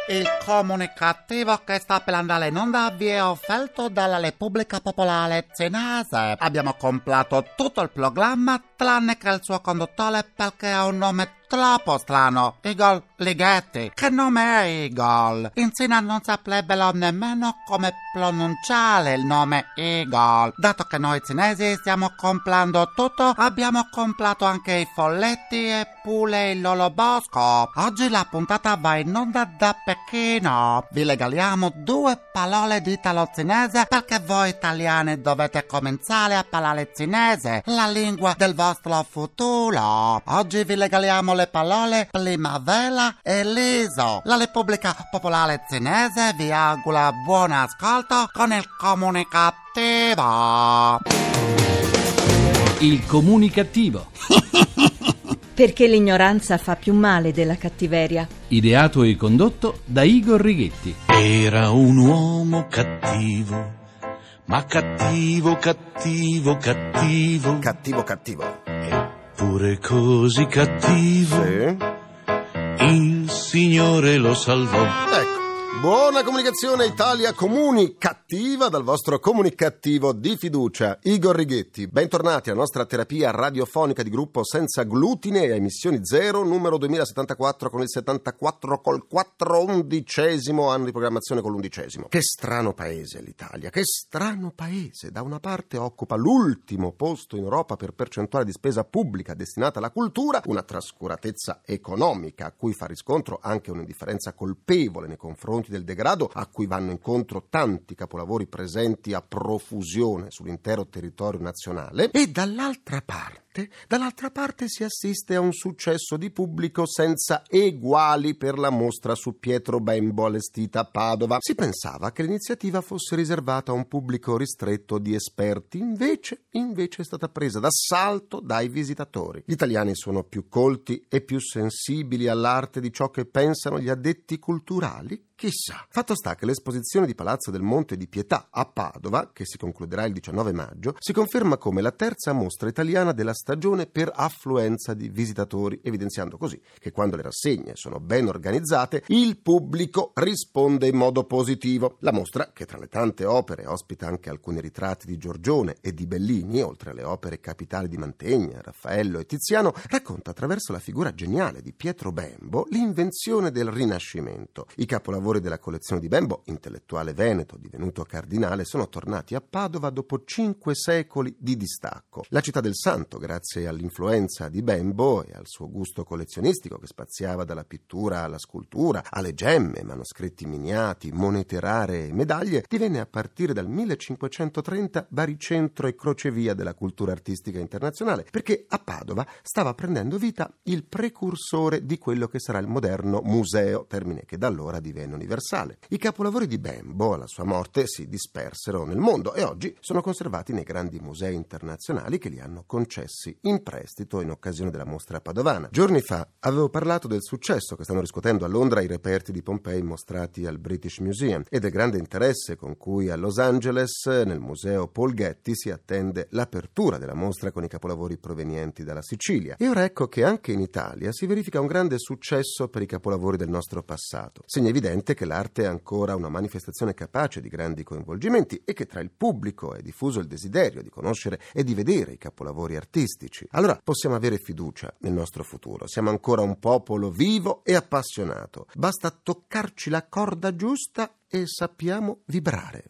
Il comunicativo che sta per andare in onda vi è offerto dalla Repubblica Popolare Cinese. Abbiamo comprato tutto il programma tranne che il suo conduttore perché ha un nome troppo strano, Igor Ligeti. Che nome è Igor? In Cina non saprebbero nemmeno come pronunciare il nome Igor. Dato che noi cinesi stiamo comprando tutto, abbiamo comprato anche i folletti e pure il l'orologio. Oggi la puntata va in onda da Pechino. Vi regaliamo 2 parole di italo-cinese perché voi italiani dovete cominciare a parlare cinese, la lingua del vostro futuro. Oggi vi regaliamo le parole primavera e liso. La Repubblica Popolare Cinese vi augura buon ascolto con il comunicativo. Il comunicativo. Perché l'ignoranza fa più male della cattiveria. Ideato e condotto da Igor Righetti. Era un uomo cattivo, ma cattivo. Cattivo. Eppure così cattivo, Sì. il Signore lo salvò. Ecco. Buona comunicazione Italia comunicativa dal vostro comunicativo di fiducia, Igor Righetti. Bentornati alla nostra terapia radiofonica di gruppo senza glutine e a emissioni zero, numero 2074 con il 74 col 411° anno di programmazione con l'11°. Che strano paese l'Italia, che strano paese. Da una parte occupa l'ultimo posto in Europa per percentuale di spesa pubblica destinata alla cultura, una trascuratezza economica a cui fa riscontro anche un'indifferenza colpevole nei confronti del degrado a cui vanno incontro tanti capolavori presenti a profusione sull'intero territorio nazionale, e dall'altra parte si assiste a un successo di pubblico senza eguali per la mostra su Pietro Bembo allestita a Padova. Si pensava che l'iniziativa fosse riservata a un pubblico ristretto di esperti, invece è stata presa d'assalto dai visitatori. Gli italiani sono più colti e più sensibili all'arte di ciò che pensano gli addetti culturali? Chissà. Fatto sta che l'esposizione di Palazzo del Monte di Pietà a Padova, che si concluderà il 19 maggio, si conferma come la terza mostra italiana della stagione per affluenza di visitatori, evidenziando così che quando le rassegne sono ben organizzate, il pubblico risponde in modo positivo. La mostra, che tra le tante opere ospita anche alcuni ritratti di Giorgione e di Bellini, oltre alle opere capitali di Mantegna, Raffaello e Tiziano, racconta attraverso la figura geniale di Pietro Bembo l'invenzione del Rinascimento. I capolavori della collezione di Bembo, intellettuale veneto divenuto cardinale, sono tornati a Padova dopo 5 secoli di distacco. La città del santo, grazie all'influenza di Bembo e al suo gusto collezionistico che spaziava dalla pittura alla scultura, alle gemme, manoscritti miniati, monete rare e medaglie, divenne a partire dal 1530 baricentro e crocevia della cultura artistica internazionale, perché a Padova stava prendendo vita il precursore di quello che sarà il moderno museo, termine che da allora divenne universale. I capolavori di Bembo alla sua morte si dispersero nel mondo e oggi sono conservati nei grandi musei internazionali che li hanno concessi in prestito in occasione della mostra padovana. Giorni fa avevo parlato del successo che stanno riscuotendo a Londra i reperti di Pompei mostrati al British Museum e del grande interesse con cui a Los Angeles nel museo Paul Getty si attende l'apertura della mostra con i capolavori provenienti dalla Sicilia. E ora ecco che anche in Italia si verifica un grande successo per i capolavori del nostro passato. Segna evidente che l'arte è ancora una manifestazione capace di grandi coinvolgimenti e che tra il pubblico è diffuso il desiderio di conoscere e di vedere i capolavori artistici. Allora possiamo avere fiducia nel nostro futuro. Siamo ancora un popolo vivo e appassionato. Basta toccarci la corda giusta e sappiamo vibrare.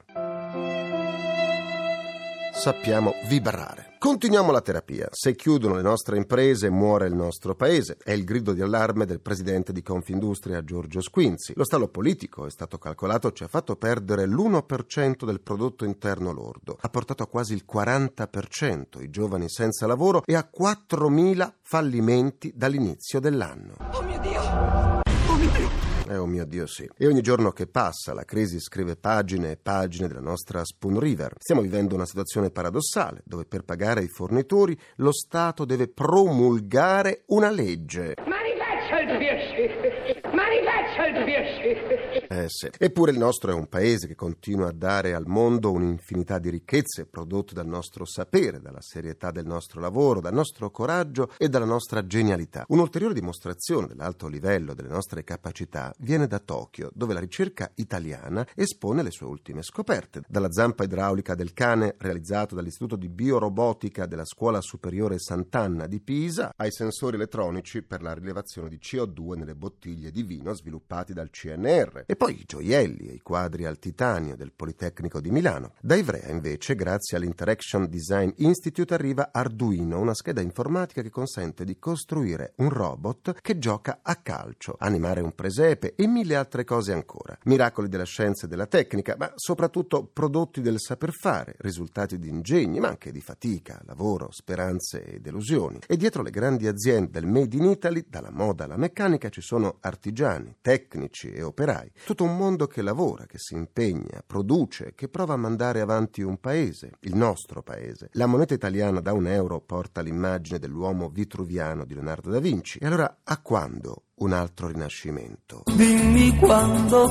Continuiamo la terapia. Se chiudono le nostre imprese, muore il nostro paese. È il grido di allarme del presidente di Confindustria, Giorgio Squinzi. Lo stallo politico, è stato calcolato, ci ha fatto perdere l'1% del prodotto interno lordo. Ha portato a quasi il 40% i giovani senza lavoro e a 4.000 fallimenti dall'inizio dell'anno. Oh mio Dio! Oh mio Dio, sì. E ogni giorno che passa la crisi scrive pagine e pagine della nostra Spoon River. Stiamo vivendo una situazione paradossale, dove per pagare i fornitori lo Stato deve promulgare una legge. Ma rifaccia il Sì. Eppure il nostro è un paese che continua a dare al mondo un'infinità di ricchezze prodotte dal nostro sapere, dalla serietà del nostro lavoro, dal nostro coraggio e dalla nostra genialità. Un'ulteriore dimostrazione dell'alto livello delle nostre capacità viene da Tokyo, dove la ricerca italiana espone le sue ultime scoperte. Dalla zampa idraulica del cane realizzato dall'Istituto di Biorobotica della Scuola Superiore Sant'Anna di Pisa ai sensori elettronici per la rilevazione di CO2 nelle bottiglie di vino sviluppati dal CNR. E poi i gioielli e i quadri al titanio del Politecnico di Milano. Da Ivrea, invece, grazie all'Interaction Design Institute, arriva Arduino, una scheda informatica che consente di costruire un robot che gioca a calcio, animare un presepe e mille altre cose ancora. Miracoli della scienza e della tecnica, ma soprattutto prodotti del saper fare, risultati di ingegni, ma anche di fatica, lavoro, speranze e delusioni. E dietro le grandi aziende del Made in Italy, dalla moda alla meccanica, ci sono artigiani, tecnici e operai. Tutto un mondo che lavora, che si impegna, produce, che prova a mandare avanti un paese, il nostro paese. La moneta italiana da €1 porta l'immagine dell'uomo vitruviano di Leonardo da Vinci. E allora, a quando un altro rinascimento? Dimmi quando.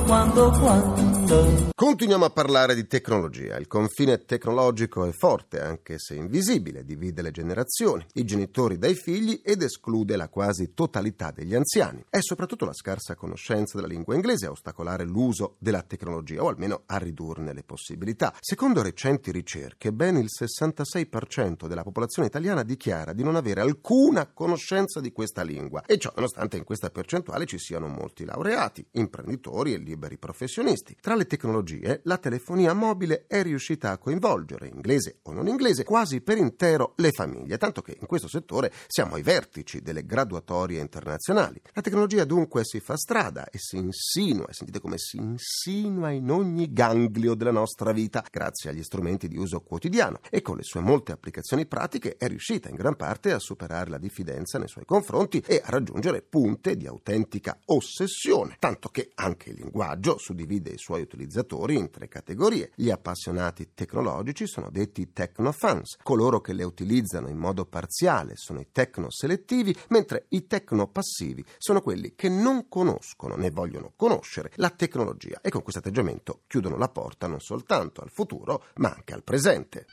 Continuiamo a parlare di tecnologia. Il confine tecnologico è forte, anche se invisibile, divide le generazioni, i genitori dai figli ed esclude la quasi totalità degli anziani. È soprattutto la scarsa conoscenza della lingua inglese a ostacolare l'uso della tecnologia, o almeno a ridurne le possibilità. Secondo recenti ricerche, ben il 66% della popolazione italiana dichiara di non avere alcuna conoscenza di questa lingua, e ciò nonostante in questa percentuale ci siano molti laureati, imprenditori e liberi professionisti. Tra le tecnologie, la telefonia mobile è riuscita a coinvolgere, inglese o non inglese, quasi per intero le famiglie, tanto che in questo settore siamo ai vertici delle graduatorie internazionali. La tecnologia dunque si fa strada e si insinua, sentite come si insinua in ogni ganglio della nostra vita, grazie agli strumenti di uso quotidiano, e con le sue molte applicazioni pratiche è riuscita in gran parte a superare la diffidenza nei suoi confronti e a raggiungere punte di autentica ossessione, tanto che anche il linguaggio suddivide i suoi utilizzatori in 3 categorie. Gli appassionati tecnologici sono detti technofans, coloro che le utilizzano in modo parziale sono i tecnoselettivi, mentre i tecnopassivi sono quelli che non conoscono né vogliono conoscere la tecnologia e con questo atteggiamento chiudono la porta non soltanto al futuro ma anche al presente.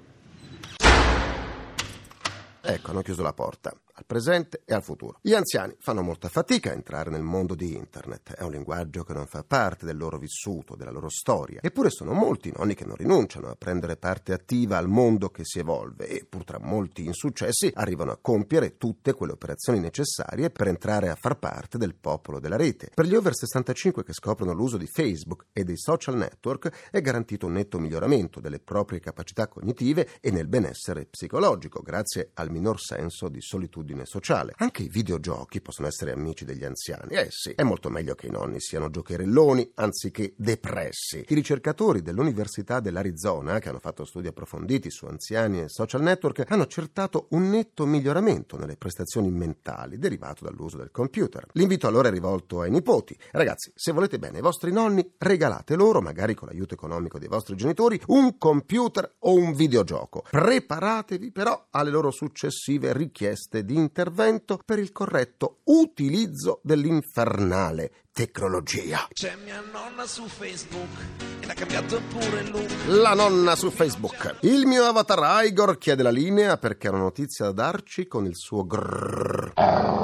Ecco, hanno chiuso la porta al presente e al futuro. Gli anziani fanno molta fatica a entrare nel mondo di internet. È un linguaggio che non fa parte del loro vissuto, della loro storia. Eppure sono molti i nonni che non rinunciano a prendere parte attiva al mondo che si evolve e, pur tra molti insuccessi, arrivano a compiere tutte quelle operazioni necessarie per entrare a far parte del popolo della rete. Per gli over 65 che scoprono l'uso di Facebook e dei social network è garantito un netto miglioramento delle proprie capacità cognitive e nel benessere psicologico, grazie al minor senso di solitudine sociale. Anche i videogiochi possono essere amici degli anziani. Sì, è molto meglio che i nonni siano giocherelloni anziché depressi. I ricercatori dell'Università dell'Arizona, che hanno fatto studi approfonditi su anziani e social network, hanno accertato un netto miglioramento nelle prestazioni mentali derivato dall'uso del computer. L'invito allora è rivolto ai nipoti. Ragazzi, se volete bene ai vostri nonni, regalate loro, magari con l'aiuto economico dei vostri genitori, un computer o un videogioco. Preparatevi però alle loro successive richieste di intervento per il corretto utilizzo dell'infernale tecnologia. C'è mia nonna su Facebook e l'ha cambiato pure il look. La nonna su Facebook. Il mio avatar Igor chiede la linea perché ha una notizia da darci con il suo grrrr.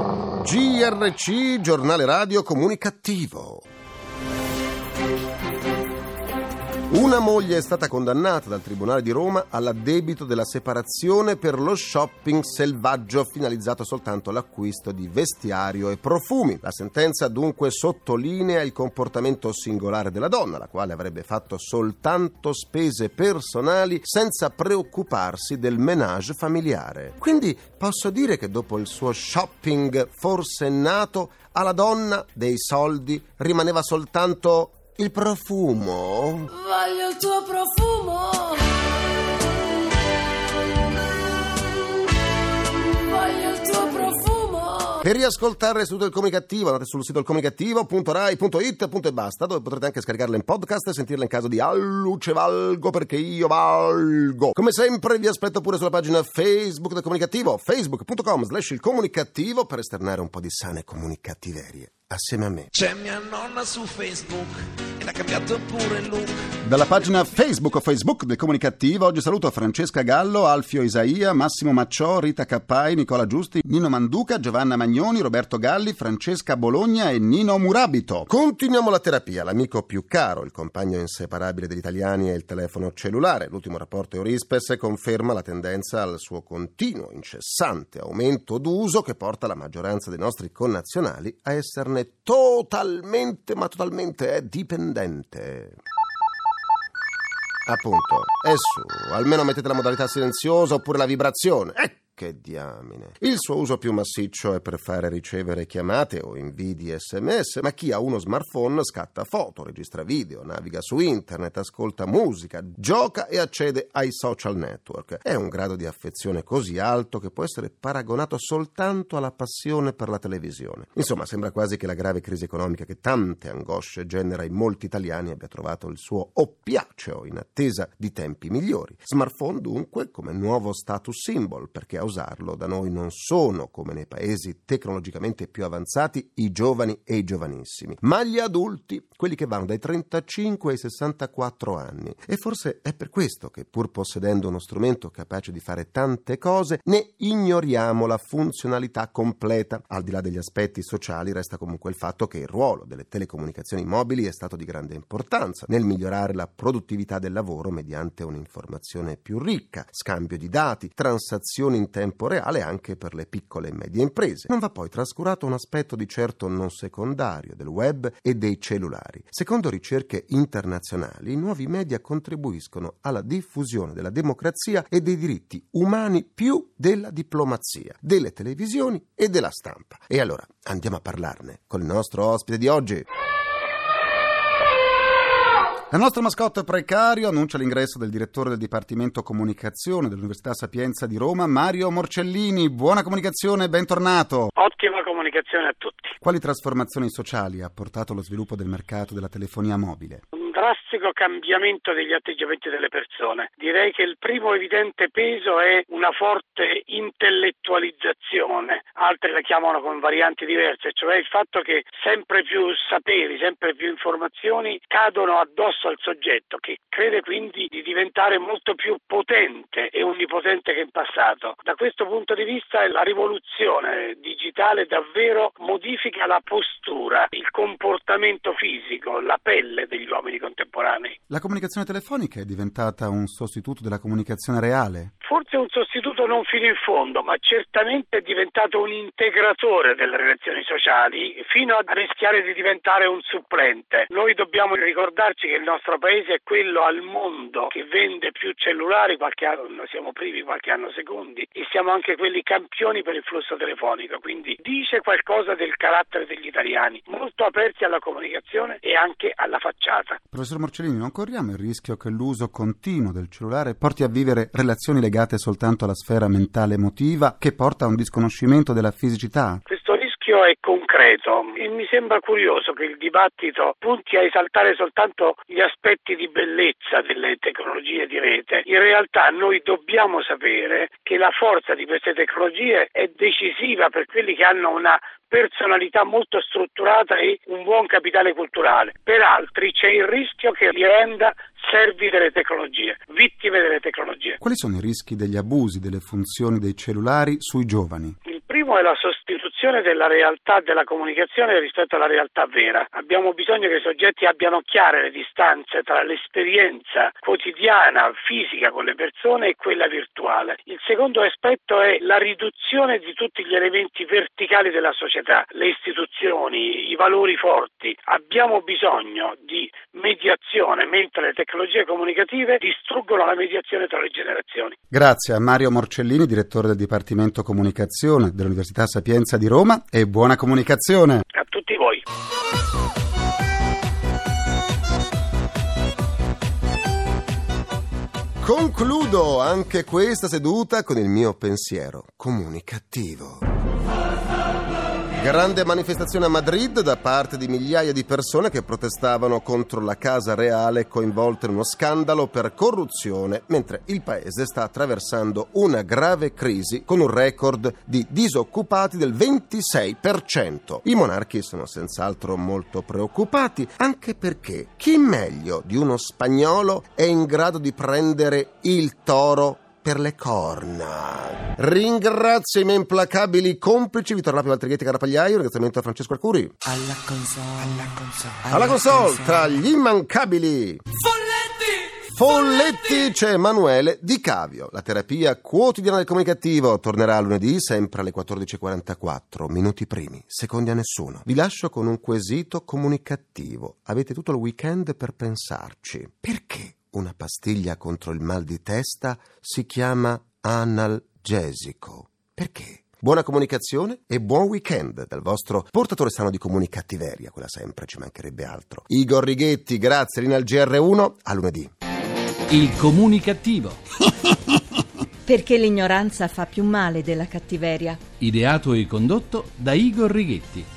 GRC, giornale radio comunicativo. Una moglie è stata condannata dal Tribunale di Roma all'addebito della separazione per lo shopping selvaggio finalizzato soltanto all'acquisto di vestiario e profumi. La sentenza dunque sottolinea il comportamento singolare della donna, la quale avrebbe fatto soltanto spese personali senza preoccuparsi del ménage familiare. Quindi posso dire che dopo il suo shopping forsennato, alla donna dei soldi rimaneva soltanto il profumo. Voglio il tuo profumo. Voglio il tuo profumo. Per riascoltare il Comunicativo andate sul sito comunicativo.rai.it e basta, dove potrete anche scaricarle in podcast e sentirle in caso di Alluce valgo perché io valgo. Come sempre vi aspetto pure sulla pagina Facebook del Comunicativo, facebook.com/il Comunicativo, per esternare un po' di sane comunicattiverie assieme a me. C'è mia nonna su Facebook e l'ha cambiato pure il look. Dalla pagina Facebook del Comunicativo oggi saluto Francesca Gallo, Alfio Isaia, Massimo Macciò, Rita Cappai, Nicola Giusti, Nino Manduca, Giovanna Magnoni, Roberto Galli, Francesca Bologna e Nino Murabito. Continuiamo la terapia. L'amico più caro, il compagno inseparabile degli italiani è il telefono cellulare. L'ultimo rapporto Eurispes conferma la tendenza al suo continuo, incessante aumento d'uso che porta la maggioranza dei nostri connazionali a esserne totalmente dipendente. Appunto, è su, almeno mettete la modalità silenziosa oppure la vibrazione. Che diamine. Il suo uso più massiccio è per fare ricevere chiamate o invii SMS, ma chi ha uno smartphone scatta foto, registra video, naviga su internet, ascolta musica, gioca e accede ai social network. È un grado di affezione così alto che può essere paragonato soltanto alla passione per la televisione. Insomma, sembra quasi che la grave crisi economica che tante angosce genera in molti italiani abbia trovato il suo oppiaceo in attesa di tempi migliori. Smartphone dunque come nuovo status symbol, perché a usarlo da noi non sono, come nei paesi tecnologicamente più avanzati, i giovani e i giovanissimi, ma gli adulti, quelli che vanno dai 35 ai 64 anni. E forse è per questo che, pur possedendo uno strumento capace di fare tante cose, ne ignoriamo la funzionalità completa. Al di là degli aspetti sociali resta comunque il fatto che il ruolo delle telecomunicazioni mobili è stato di grande importanza nel migliorare la produttività del lavoro mediante un'informazione più ricca, scambio di dati, transazioni in tempo reale anche per le piccole e medie imprese. Non va poi trascurato un aspetto di certo non secondario del web e dei cellulari. Secondo ricerche internazionali, i nuovi media contribuiscono alla diffusione della democrazia e dei diritti umani più della diplomazia, delle televisioni e della stampa. E allora andiamo a parlarne con il nostro ospite di oggi. La nostra mascotte precario annuncia l'ingresso del direttore del Dipartimento Comunicazione dell'Università Sapienza di Roma, Mario Morcellini. Buona comunicazione, bentornato. Ottima comunicazione a tutti. Quali trasformazioni sociali ha portato lo sviluppo del mercato della telefonia mobile? Un drastico cambiamento degli atteggiamenti delle persone. Direi che il primo evidente peso è una forte intellettualizzazione, altri la chiamano con varianti diverse, cioè il fatto che sempre più saperi, sempre più informazioni cadono addosso al soggetto, che crede quindi di diventare molto più potente e onnipotente che in passato. Da questo punto di vista la rivoluzione digitale davvero modifica la postura, il comportamento fisico, la pelle degli uomini contemporanei. La comunicazione telefonica è diventata un sostituto della comunicazione reale? Forse un sostituto non fino in fondo, ma certamente è diventato un integratore delle relazioni sociali, fino a rischiare di diventare un supplente. Noi dobbiamo ricordarci che il nostro paese è quello al mondo che vende più cellulari, qualche anno siamo primi, qualche anno secondi, e siamo anche quelli campioni per il flusso telefonico, quindi dice qualcosa del carattere degli italiani, molto aperti alla comunicazione e anche alla facciata. Professor Morcellini, non corriamo il rischio che l'uso continuo del cellulare porti a vivere relazioni legate soltanto alla sfera mentale emotiva, che porta a un disconoscimento della fisicità? Questo rischio è concreto e mi sembra curioso che il dibattito punti a esaltare soltanto gli aspetti di bellezza delle tecnologie di rete. In realtà noi dobbiamo sapere che la forza di queste tecnologie è decisiva per quelli che hanno una personalità molto strutturata e un buon capitale culturale. Per altri c'è il rischio che li renda servi delle tecnologie, vittime delle tecnologie. Quali sono i rischi degli abusi delle funzioni dei cellulari sui giovani? Il primo è la sostituzione della realtà della comunicazione rispetto alla realtà vera. Abbiamo bisogno che i soggetti abbiano chiare le distanze tra l'esperienza quotidiana, fisica con le persone e quella virtuale. Il secondo aspetto è la riduzione di tutti gli elementi verticali della società, le istituzioni, i valori forti. Abbiamo bisogno di mediazione, mentre le tecnologie comunicative distruggono la mediazione tra le generazioni. Grazie a Mario Morcellini, direttore del Dipartimento Comunicazione dell'Università Sapienza di Roma, e buona comunicazione. A tutti voi. Concludo anche questa seduta con il mio pensiero comunicativo. Grande manifestazione a Madrid da parte di migliaia di persone che protestavano contro la Casa Reale coinvolta in uno scandalo per corruzione, mentre il paese sta attraversando una grave crisi con un record di disoccupati del 26%. I monarchi sono senz'altro molto preoccupati, anche perché chi meglio di uno spagnolo è in grado di prendere il toro per le corna. Ringrazio i miei implacabili complici Vittorio Lapi, Valtrighetti, Carapagliaio. Un ringraziamento a Francesco Arcuri alla console tra gli immancabili Folletti c'è Emanuele Di Cavio. La terapia quotidiana del comunicativo tornerà lunedì sempre alle 14.44. Minuti primi, secondi a nessuno. Vi lascio con un quesito comunicativo. Avete tutto il weekend per pensarci. Perché una pastiglia contro il mal di testa si chiama analgesico? Perché? Buona comunicazione e buon weekend dal vostro portatore sano di comunicattiveria, quella sempre, ci mancherebbe altro. Igor Righetti, grazie, linea al GR1, a lunedì. Il comunicativo. Perché l'ignoranza fa più male della cattiveria. Ideato e condotto da Igor Righetti.